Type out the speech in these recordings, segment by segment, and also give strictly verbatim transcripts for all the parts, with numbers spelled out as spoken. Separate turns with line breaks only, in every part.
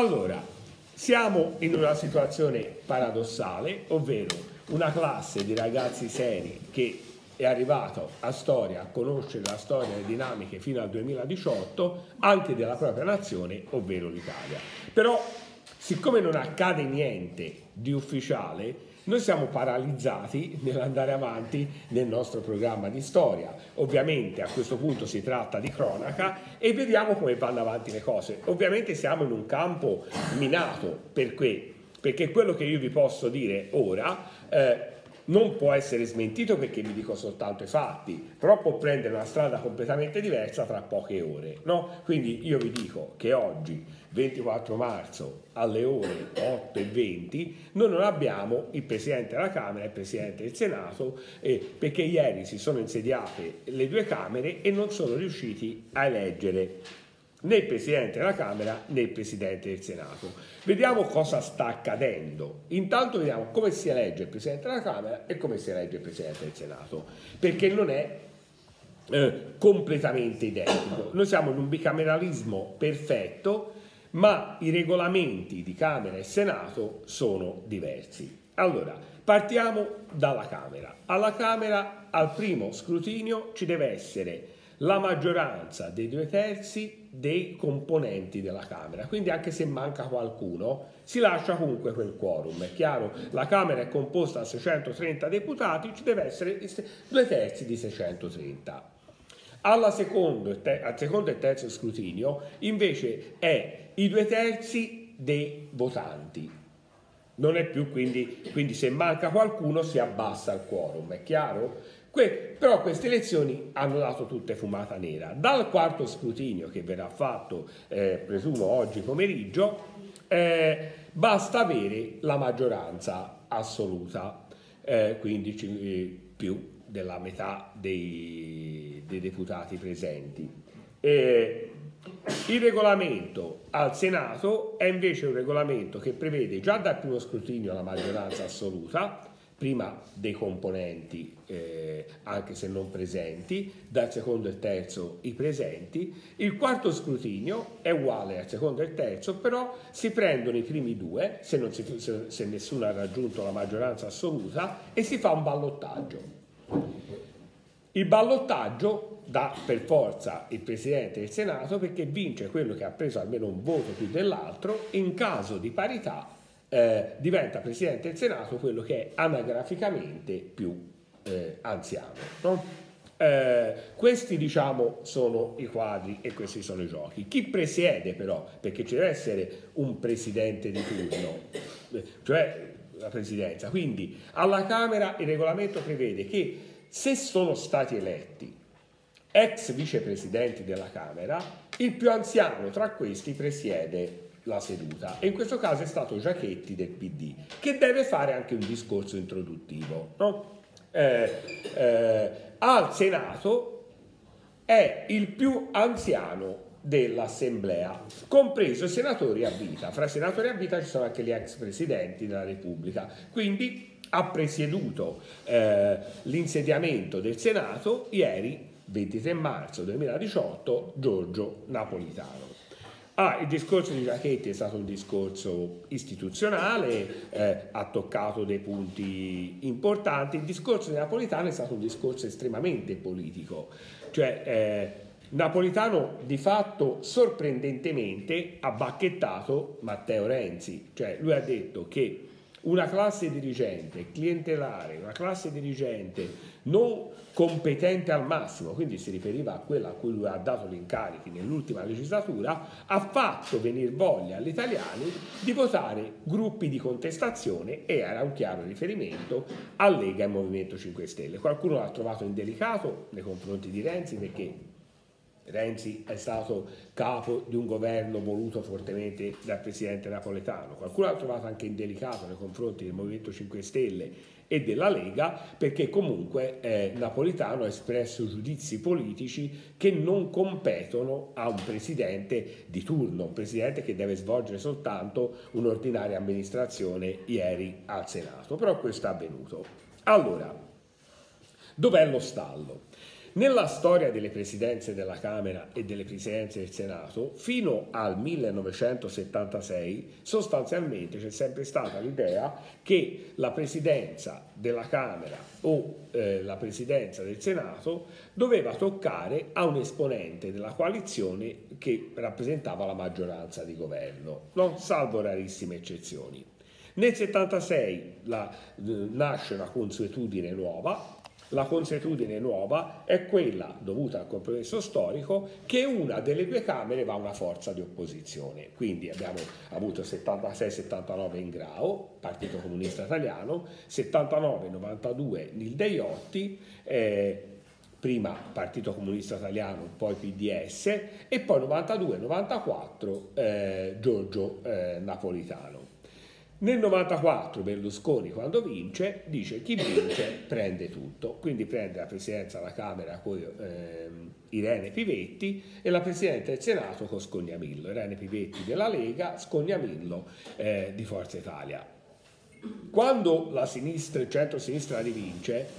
Allora, siamo in una situazione paradossale, ovvero una classe di ragazzi seri che è arrivato a storia, a conoscere la storia e le dinamiche fino al duemiladiciotto anche della propria nazione, ovvero l'Italia. Però, siccome non accade niente di ufficiale, noi siamo paralizzati nell'andare avanti nel nostro programma di storia. Ovviamente a questo punto si tratta di cronaca e vediamo come vanno avanti le cose. Ovviamente siamo in un campo minato, perché, perché quello che io vi posso dire ora eh, non può essere smentito perché vi dico soltanto i fatti, però può prendere una strada completamente diversa tra poche ore, no? Quindi io vi dico che oggi, ventiquattro marzo, alle ore otto e venti, noi non abbiamo il Presidente della Camera e il Presidente del Senato, eh, perché ieri si sono insediate le due Camere e non sono riusciti a eleggere né il Presidente della Camera né il Presidente del Senato. Vediamo cosa sta accadendo. Intanto vediamo come si elegge il Presidente della Camera e come si elegge il Presidente del Senato, perché non è eh, completamente identico. Noi siamo in un bicameralismo perfetto, ma i regolamenti di Camera e Senato sono diversi. Allora, partiamo dalla Camera. Alla Camera, al primo scrutinio, ci deve essere la maggioranza dei due terzi dei componenti della Camera, quindi anche se manca qualcuno si lascia comunque quel quorum. È chiaro, la Camera è composta da seicentotrenta deputati, ci deve essere due terzi di seicentotrenta. Alla secondo, al secondo e terzo scrutinio invece è i due terzi dei votanti. Non è più quindi, quindi se manca qualcuno si abbassa il quorum, è chiaro? Que però queste elezioni hanno dato tutte fumata nera. Dal quarto scrutinio, che verrà fatto eh, presumo oggi pomeriggio, eh, basta avere la maggioranza assoluta, eh, quindi eh, più della metà dei, dei deputati presenti. Eh, il regolamento al Senato è invece un regolamento che prevede già dal primo scrutinio la maggioranza assoluta, prima dei componenti, eh, anche se non presenti, dal secondo e terzo i presenti. Il quarto scrutinio è uguale al secondo e al terzo, però si prendono i primi due, se, non si, se, se nessuno ha raggiunto la maggioranza assoluta, e si fa un ballottaggio. Il ballottaggio dà per forza il Presidente del Senato perché vince quello che ha preso almeno un voto più dell'altro. In caso di parità Eh, diventa Presidente del Senato quello che è anagraficamente più eh, anziano, no? eh, questi diciamo sono i quadri e questi sono i giochi. Chi presiede però, perché ci deve essere un presidente di turno, eh, cioè la presidenza, quindi alla Camera il regolamento prevede che se sono stati eletti ex vicepresidenti della Camera, il più anziano tra questi presiede la seduta, e in questo caso è stato Giachetti del P D, che deve fare anche un discorso introduttivo, no? eh, eh, al Senato è il più anziano dell'Assemblea, compreso i senatori a vita. Fra i senatori a vita ci sono anche gli ex presidenti della Repubblica, quindi ha presieduto eh, l'insediamento del Senato ieri, ventitré marzo duemiladiciotto, Giorgio Napolitano. Ah, il discorso di Giachetti è stato un discorso istituzionale, eh, ha toccato dei punti importanti. Il discorso di Napolitano è stato un discorso estremamente politico, cioè eh, Napolitano di fatto sorprendentemente ha bacchettato Matteo Renzi, cioè lui ha detto che una classe dirigente clientelare, una classe dirigente non competente al massimo, quindi si riferiva a quella a cui lui ha dato gli incarichi nell'ultima legislatura, ha fatto venire voglia agli italiani di votare gruppi di contestazione, e era un chiaro riferimento a Lega e Movimento cinque Stelle. Qualcuno l'ha trovato indelicato nei confronti di Renzi perché Renzi è stato capo di un governo voluto fortemente dal presidente Napolitano. Qualcuno l'ha trovato anche indelicato nei confronti del Movimento cinque Stelle e della Lega, perché comunque eh, Napolitano ha espresso giudizi politici che non competono a un presidente di turno, un presidente che deve svolgere soltanto un'ordinaria amministrazione ieri al Senato. Però questo è avvenuto. Allora, dov'è lo stallo? Nella storia delle presidenze della Camera e delle presidenze del Senato, fino al millenovecentosettantasei, sostanzialmente c'è sempre stata l'idea che la presidenza della Camera o eh, la presidenza del Senato doveva toccare a un esponente della coalizione che rappresentava la maggioranza di governo, no? Salvo rarissime eccezioni. Nel settantasei la, eh, nasce una consuetudine nuova. La consuetudine nuova è quella, dovuta al compromesso storico, che una delle due Camere va a una forza di opposizione. Quindi abbiamo avuto settantasei settantanove in Grao, Partito Comunista Italiano, settantanove novantadue Nilde Iotti, eh, prima Partito Comunista Italiano, poi P D S, e poi novantadue novantaquattro eh, Giorgio eh, Napolitano. Nel novantaquattro Berlusconi, quando vince, dice chi vince prende tutto, quindi prende la presidenza della Camera con ehm, Irene Pivetti e la presidenza del Senato con Scognamillo, Irene Pivetti della Lega, Scognamillo eh, di Forza Italia. Quando la sinistra, il centro-sinistra rivince,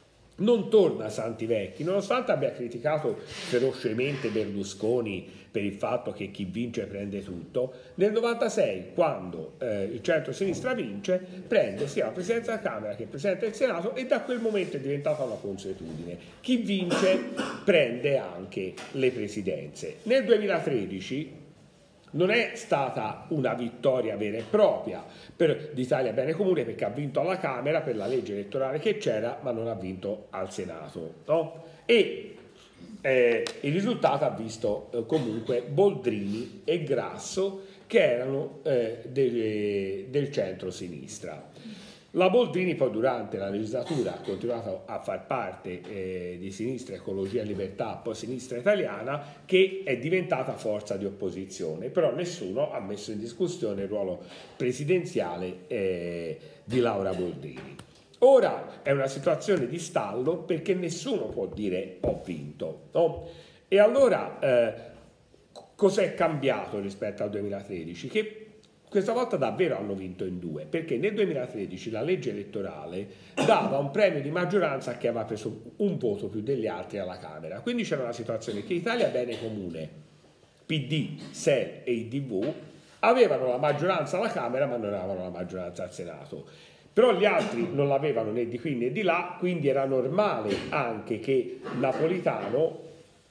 non torna a Santi Vecchi, nonostante abbia criticato ferocemente Berlusconi per il fatto che chi vince prende tutto. Nel novantasei, quando eh, il centro-sinistra vince, prende sia la presidenza della Camera che il presidente del Senato, e da quel momento è diventata una consuetudine. Chi vince prende anche le presidenze. Nel duemilatredici non è stata una vittoria vera e propria per l'Italia Bene Comune, perché ha vinto alla Camera per la legge elettorale che c'era, ma non ha vinto al Senato, no? E eh, il risultato ha visto eh, comunque Boldrini e Grasso, che erano eh, de, del centro-sinistra. La Boldrini poi durante la legislatura ha continuato a far parte eh, di Sinistra Ecologia e Libertà, poi Sinistra Italiana, che è diventata forza di opposizione, però nessuno ha messo in discussione il ruolo presidenziale eh, di Laura Boldrini. Ora è una situazione di stallo perché nessuno può dire ho vinto, no? E allora eh, cos'è cambiato rispetto al duemilatredici? Che questa volta davvero hanno vinto in due, perché nel duemilatredici la legge elettorale dava un premio di maggioranza a chi aveva preso un voto più degli altri alla Camera. Quindi c'era una situazione che Italia Bene Comune, P D, S E L e I D V avevano la maggioranza alla Camera ma non avevano la maggioranza al Senato. Però gli altri non l'avevano né di qui né di là, quindi era normale anche che Napolitano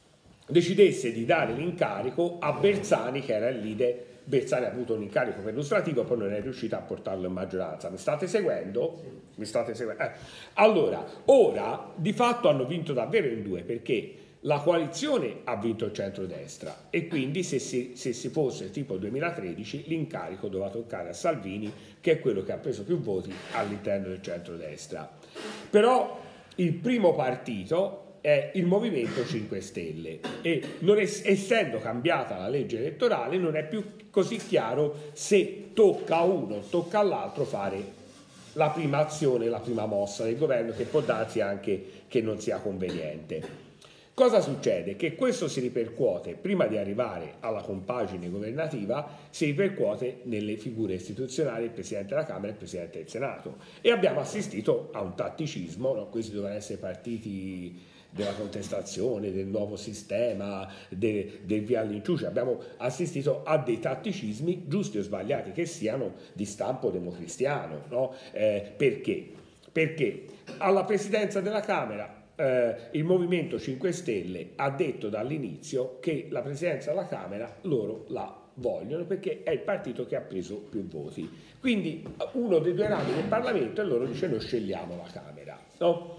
decidesse di dare l'incarico a Bersani, che era il leader. Bersani ha avuto un incarico perlustrativo, poi non è riuscito a portarlo in maggioranza. Mi state seguendo? Mi state seguendo? Eh. Allora, ora di fatto hanno vinto davvero in due, perché la coalizione ha vinto il centrodestra e quindi se si, se si fosse tipo duemilatredici l'incarico doveva toccare a Salvini, che è quello che ha preso più voti all'interno del centrodestra. Però il primo partito è il Movimento cinque Stelle e non è, essendo cambiata la legge elettorale non è più così chiaro se tocca a uno o tocca all'altro fare la prima azione, la prima mossa del governo, che può darsi anche che non sia conveniente. Cosa succede? Che questo si ripercuote, prima di arrivare alla compagine governativa, si ripercuote nelle figure istituzionali, il Presidente della Camera e il Presidente del Senato. E abbiamo assistito a un tatticismo, no? Questi dovevano essere partiti della contestazione, del nuovo sistema, de, del via all'inciucio. Abbiamo assistito a dei tatticismi, giusti o sbagliati che siano, di stampo democristiano, no? Eh, perché? Perché alla Presidenza della Camera eh, il Movimento cinque Stelle ha detto dall'inizio che la Presidenza della Camera loro la vogliono perché è il partito che ha preso più voti. Quindi uno dei due rami del Parlamento e loro dice noi scegliamo la Camera, no?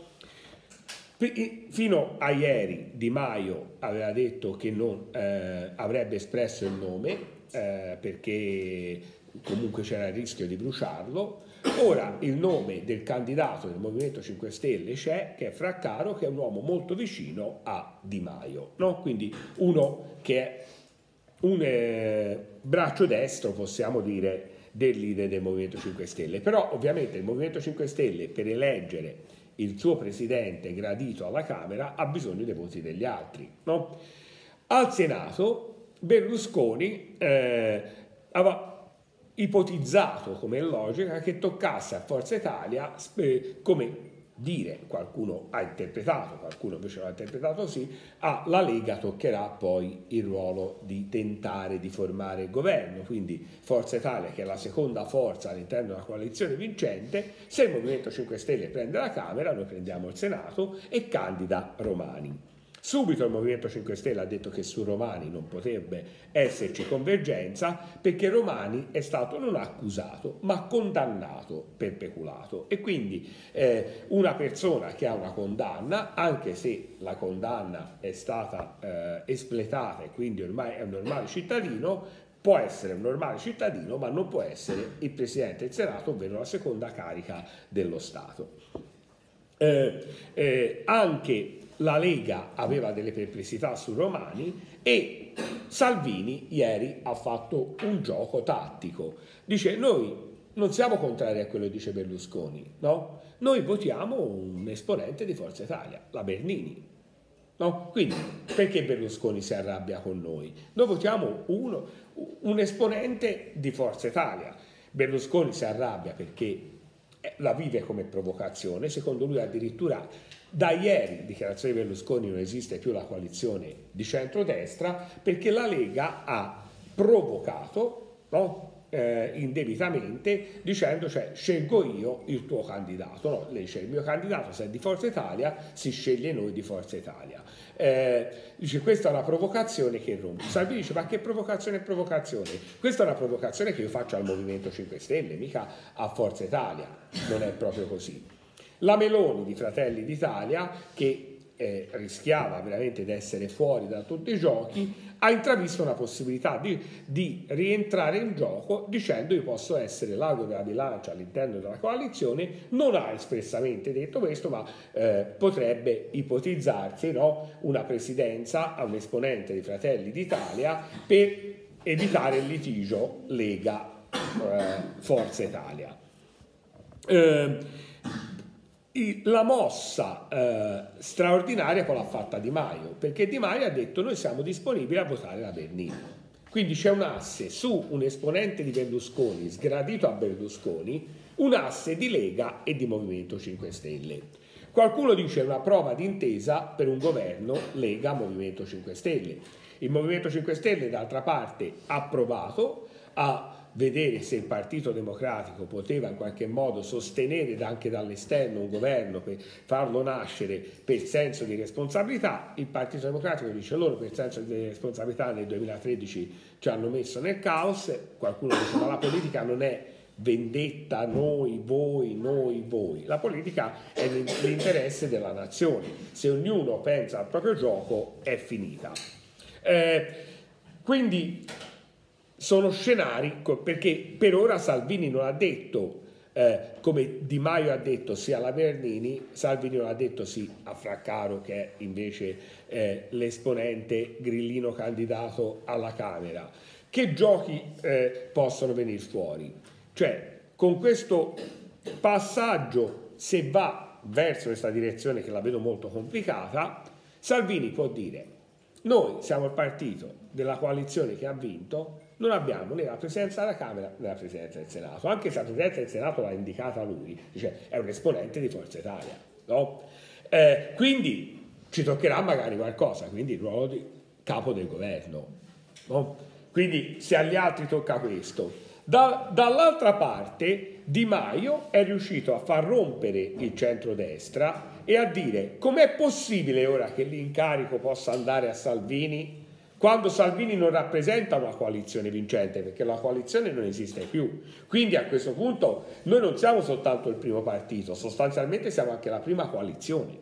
Fino a ieri Di Maio aveva detto che non eh, avrebbe espresso il nome eh, perché comunque c'era il rischio di bruciarlo. Ora il nome del candidato del Movimento cinque Stelle c'è, che è Fraccaro, che è un uomo molto vicino a Di Maio, no? Quindi uno che è un eh, braccio destro, possiamo dire, del leader del Movimento cinque Stelle. Però ovviamente il Movimento cinque Stelle per eleggere il suo presidente gradito alla Camera ha bisogno dei voti degli altri, no? Al Senato Berlusconi eh, aveva ipotizzato come logica che toccasse a Forza Italia eh, come dire, qualcuno ha interpretato, qualcuno invece l'ha interpretato così, alla Lega toccherà poi il ruolo di tentare di formare il governo, quindi Forza Italia, che è la seconda forza all'interno della coalizione vincente, se il Movimento cinque Stelle prende la Camera, noi prendiamo il Senato e candida Romani. Subito il Movimento cinque Stelle ha detto che su Romani non potrebbe esserci convergenza perché Romani è stato non accusato ma condannato per peculato e quindi eh, una persona che ha una condanna, anche se la condanna è stata eh, espletata e quindi ormai è un normale cittadino, può essere un normale cittadino ma non può essere il Presidente del Senato, ovvero la seconda carica dello Stato. Eh, eh, anche la Lega aveva delle perplessità su Romani e Salvini ieri ha fatto un gioco tattico. Dice: noi non siamo contrari a quello che dice Berlusconi, no? Noi votiamo un esponente di Forza Italia, la Bernini. No? Quindi perché Berlusconi si arrabbia con noi? Noi votiamo uno, un esponente di Forza Italia. Berlusconi si arrabbia perché la vive come provocazione, secondo lui addirittura da ieri, dichiarazione di Berlusconi, non esiste più la coalizione di centrodestra perché la Lega ha provocato, no? eh, indebitamente dicendo, cioè, scelgo io il tuo candidato, no? Lei sceglie il mio candidato, se è di Forza Italia si sceglie noi di Forza Italia. Eh, dice questa è una provocazione che rompe. Salvini dice: ma che provocazione è provocazione? Questa è una provocazione che io faccio al Movimento cinque Stelle, mica a Forza Italia, non è proprio così. La Meloni di Fratelli d'Italia, che eh, rischiava veramente di essere fuori da tutti i giochi, ha intravisto una possibilità di, di rientrare in gioco dicendo: io posso essere l'ago della bilancia all'interno della coalizione. Non ha espressamente detto questo, ma eh, potrebbe ipotizzarsi, no, una presidenza a un esponente di Fratelli d'Italia per evitare il litigio Lega-Forza eh, Italia. Eh, La mossa eh, straordinaria poi l'ha fatta Di Maio, perché Di Maio ha detto: noi siamo disponibili a votare la Bernini. Quindi c'è un asse su un esponente di Berlusconi, sgradito a Berlusconi, un asse di Lega e di Movimento cinque Stelle. Qualcuno dice una prova d'intesa per un governo Lega-Movimento cinque Stelle. Il Movimento cinque Stelle, d'altra parte, ha provato a vedere se il Partito Democratico poteva in qualche modo sostenere anche dall'esterno un governo per farlo nascere per senso di responsabilità. Il Partito Democratico dice: loro per senso di responsabilità nel duemilatredici ci hanno messo nel caos. Qualcuno dice: ma la politica non è vendetta noi, voi, noi, voi. La politica è l'interesse della nazione. Se ognuno pensa al proprio gioco è finita. Eh, quindi sono scenari, perché per ora Salvini non ha detto, eh, come Di Maio ha detto sì alla Bernini, Salvini non ha detto sì a Fraccaro, che è invece eh, l'esponente grillino candidato alla Camera. Che giochi eh, possono venire fuori? Cioè, con questo passaggio, se va verso questa direzione, che la vedo molto complicata, Salvini può dire: noi siamo il partito della coalizione che ha vinto, non abbiamo né la presidenza della Camera né la presidenza del Senato, anche se la presidenza del Senato l'ha indicata lui, dice è un esponente di Forza Italia, no? Eh, quindi ci toccherà magari qualcosa, quindi il ruolo di capo del governo, no? Quindi se agli altri tocca questo. Da, dall'altra parte Di Maio è riuscito a far rompere il centrodestra e a dire: com'è possibile ora che l'incarico possa andare a Salvini quando Salvini non rappresenta una coalizione vincente, perché la coalizione non esiste più. Quindi a questo punto noi non siamo soltanto il primo partito, sostanzialmente siamo anche la prima coalizione,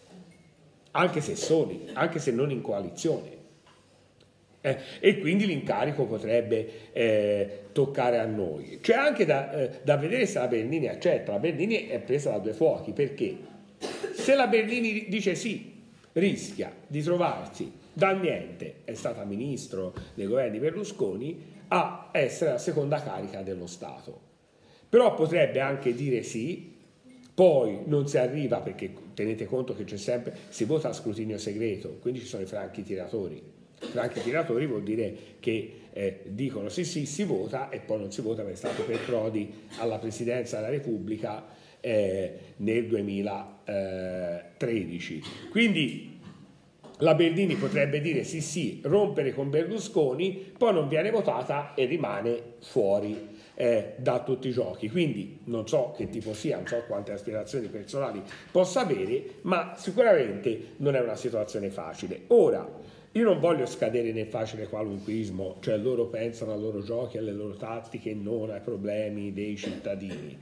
anche se soli, anche se non in coalizione. Eh, e quindi l'incarico potrebbe eh, toccare a noi. C'è anche da, eh, da vedere se la Bernini accetta. La Bernini è presa da due fuochi, perché se la Bernini dice sì, rischia di trovarsi da niente, è stata ministro dei governi Berlusconi, a essere la seconda carica dello Stato. Però potrebbe anche dire sì, poi non si arriva, perché tenete conto che c'è sempre, si vota a scrutinio segreto, quindi ci sono i franchi tiratori. Franchi tiratori vuol dire che eh, dicono sì sì si vota e poi non si vota, perché è stato per Prodi alla presidenza della Repubblica eh, nel duemilatredici. Quindi la Bernini potrebbe dire sì sì, rompere con Berlusconi, poi non viene votata e rimane fuori eh, da tutti i giochi. Quindi non so che tipo sia, non so quante aspirazioni personali possa avere, ma sicuramente non è una situazione facile. Ora, io non voglio scadere nel facile qualunquismo, cioè loro pensano ai loro giochi, alle loro tattiche, non ai problemi dei cittadini,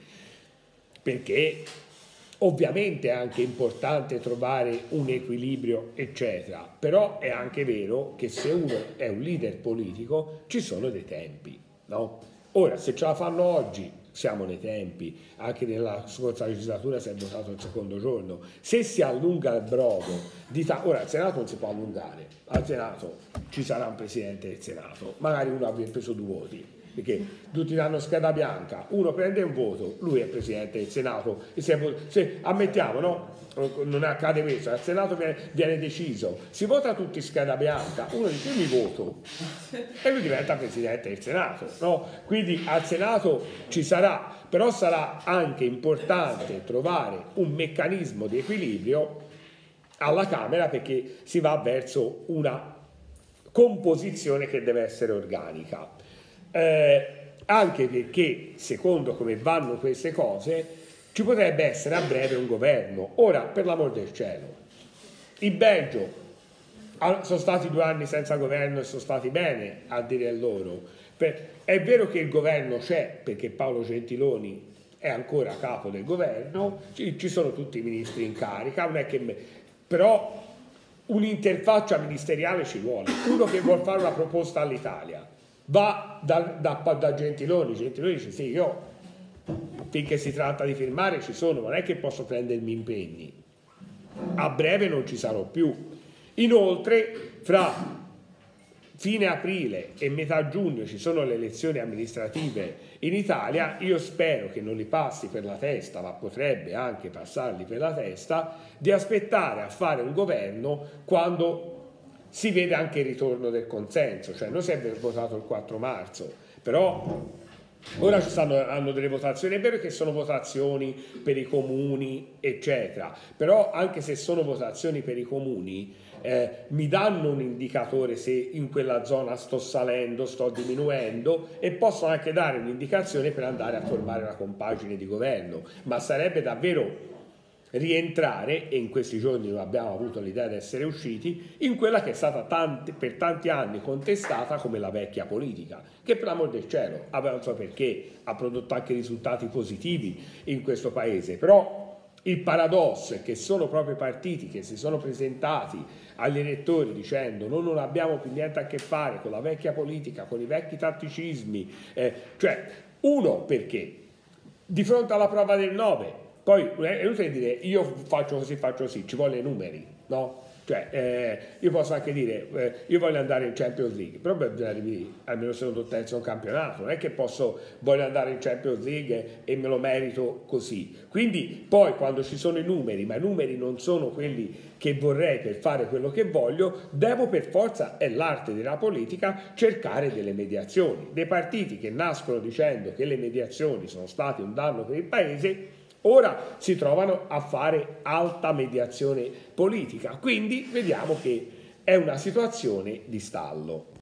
perché ovviamente è anche importante trovare un equilibrio, eccetera, però è anche vero che se uno è un leader politico ci sono dei tempi, no? Ora, se ce la fanno oggi, siamo nei tempi, anche nella scorsa legislatura si è votato il secondo giorno, se si allunga il brodo, di ta- ora al Senato non si può allungare, al Senato ci sarà un Presidente del Senato, magari uno abbia preso due voti, perché tutti danno scheda bianca, uno prende un voto, lui è Presidente del Senato, e se, se ammettiamo, no? Non accade questo, al Senato viene, viene deciso, si vota tutti scheda bianca, uno dice io mi voto e lui diventa Presidente del Senato, no? Quindi al Senato ci sarà, però sarà anche importante trovare un meccanismo di equilibrio alla Camera, perché si va verso una composizione che deve essere organica. Eh, anche perché, secondo come vanno queste cose, ci potrebbe essere a breve un governo. Ora, per l'amor del cielo, il Belgio sono stati due anni senza governo e sono stati bene, a dire loro. È vero che il governo c'è, perché Paolo Gentiloni è ancora capo del governo, ci sono tutti i ministri in carica, non è che me... però un'interfaccia ministeriale ci vuole. Uno che vuol fare una proposta all'Italia va da, da, da Gentiloni, Gentiloni dice sì, io finché si tratta di firmare ci sono, non è che posso prendermi impegni, a breve non ci sarò più. Inoltre fra fine aprile e metà giugno ci sono le elezioni amministrative in Italia, io spero che non li passi per la testa, ma potrebbe anche passarli per la testa, di aspettare a fare un governo quando si vede anche il ritorno del consenso, cioè noi si è votato il quattro marzo, però ora ci stanno, hanno delle votazioni, è vero che sono votazioni per i comuni, eccetera, però anche se sono votazioni per i comuni, eh, mi danno un indicatore se in quella zona sto salendo, sto diminuendo, e possono anche dare un'indicazione per andare a formare una compagine di governo, ma sarebbe davvero rientrare, e in questi giorni non abbiamo avuto l'idea di essere usciti, in quella che è stata tanti, per tanti anni contestata come la vecchia politica, che per l'amor del cielo, non so perché, ha prodotto anche risultati positivi in questo paese, però il paradosso è che sono proprio i partiti che si sono presentati agli elettori dicendo noi non abbiamo più niente a che fare con la vecchia politica, con i vecchi tatticismi, eh, cioè uno perché di fronte alla prova del nove poi è inutile dire io faccio così, faccio così, ci vuole numeri, no? Cioè, eh, io posso anche dire eh, io voglio andare in Champions League, però bisogna arrivare almeno secondo o terzo un campionato, non è che posso voglio andare in Champions League e me lo merito così. Quindi poi quando ci sono i numeri, ma i numeri non sono quelli che vorrei per fare quello che voglio, devo per forza, è l'arte della politica, cercare delle mediazioni. Dei partiti che nascono dicendo che le mediazioni sono state un danno per il paese, ora si trovano a fare alta mediazione politica, quindi vediamo che è una situazione di stallo.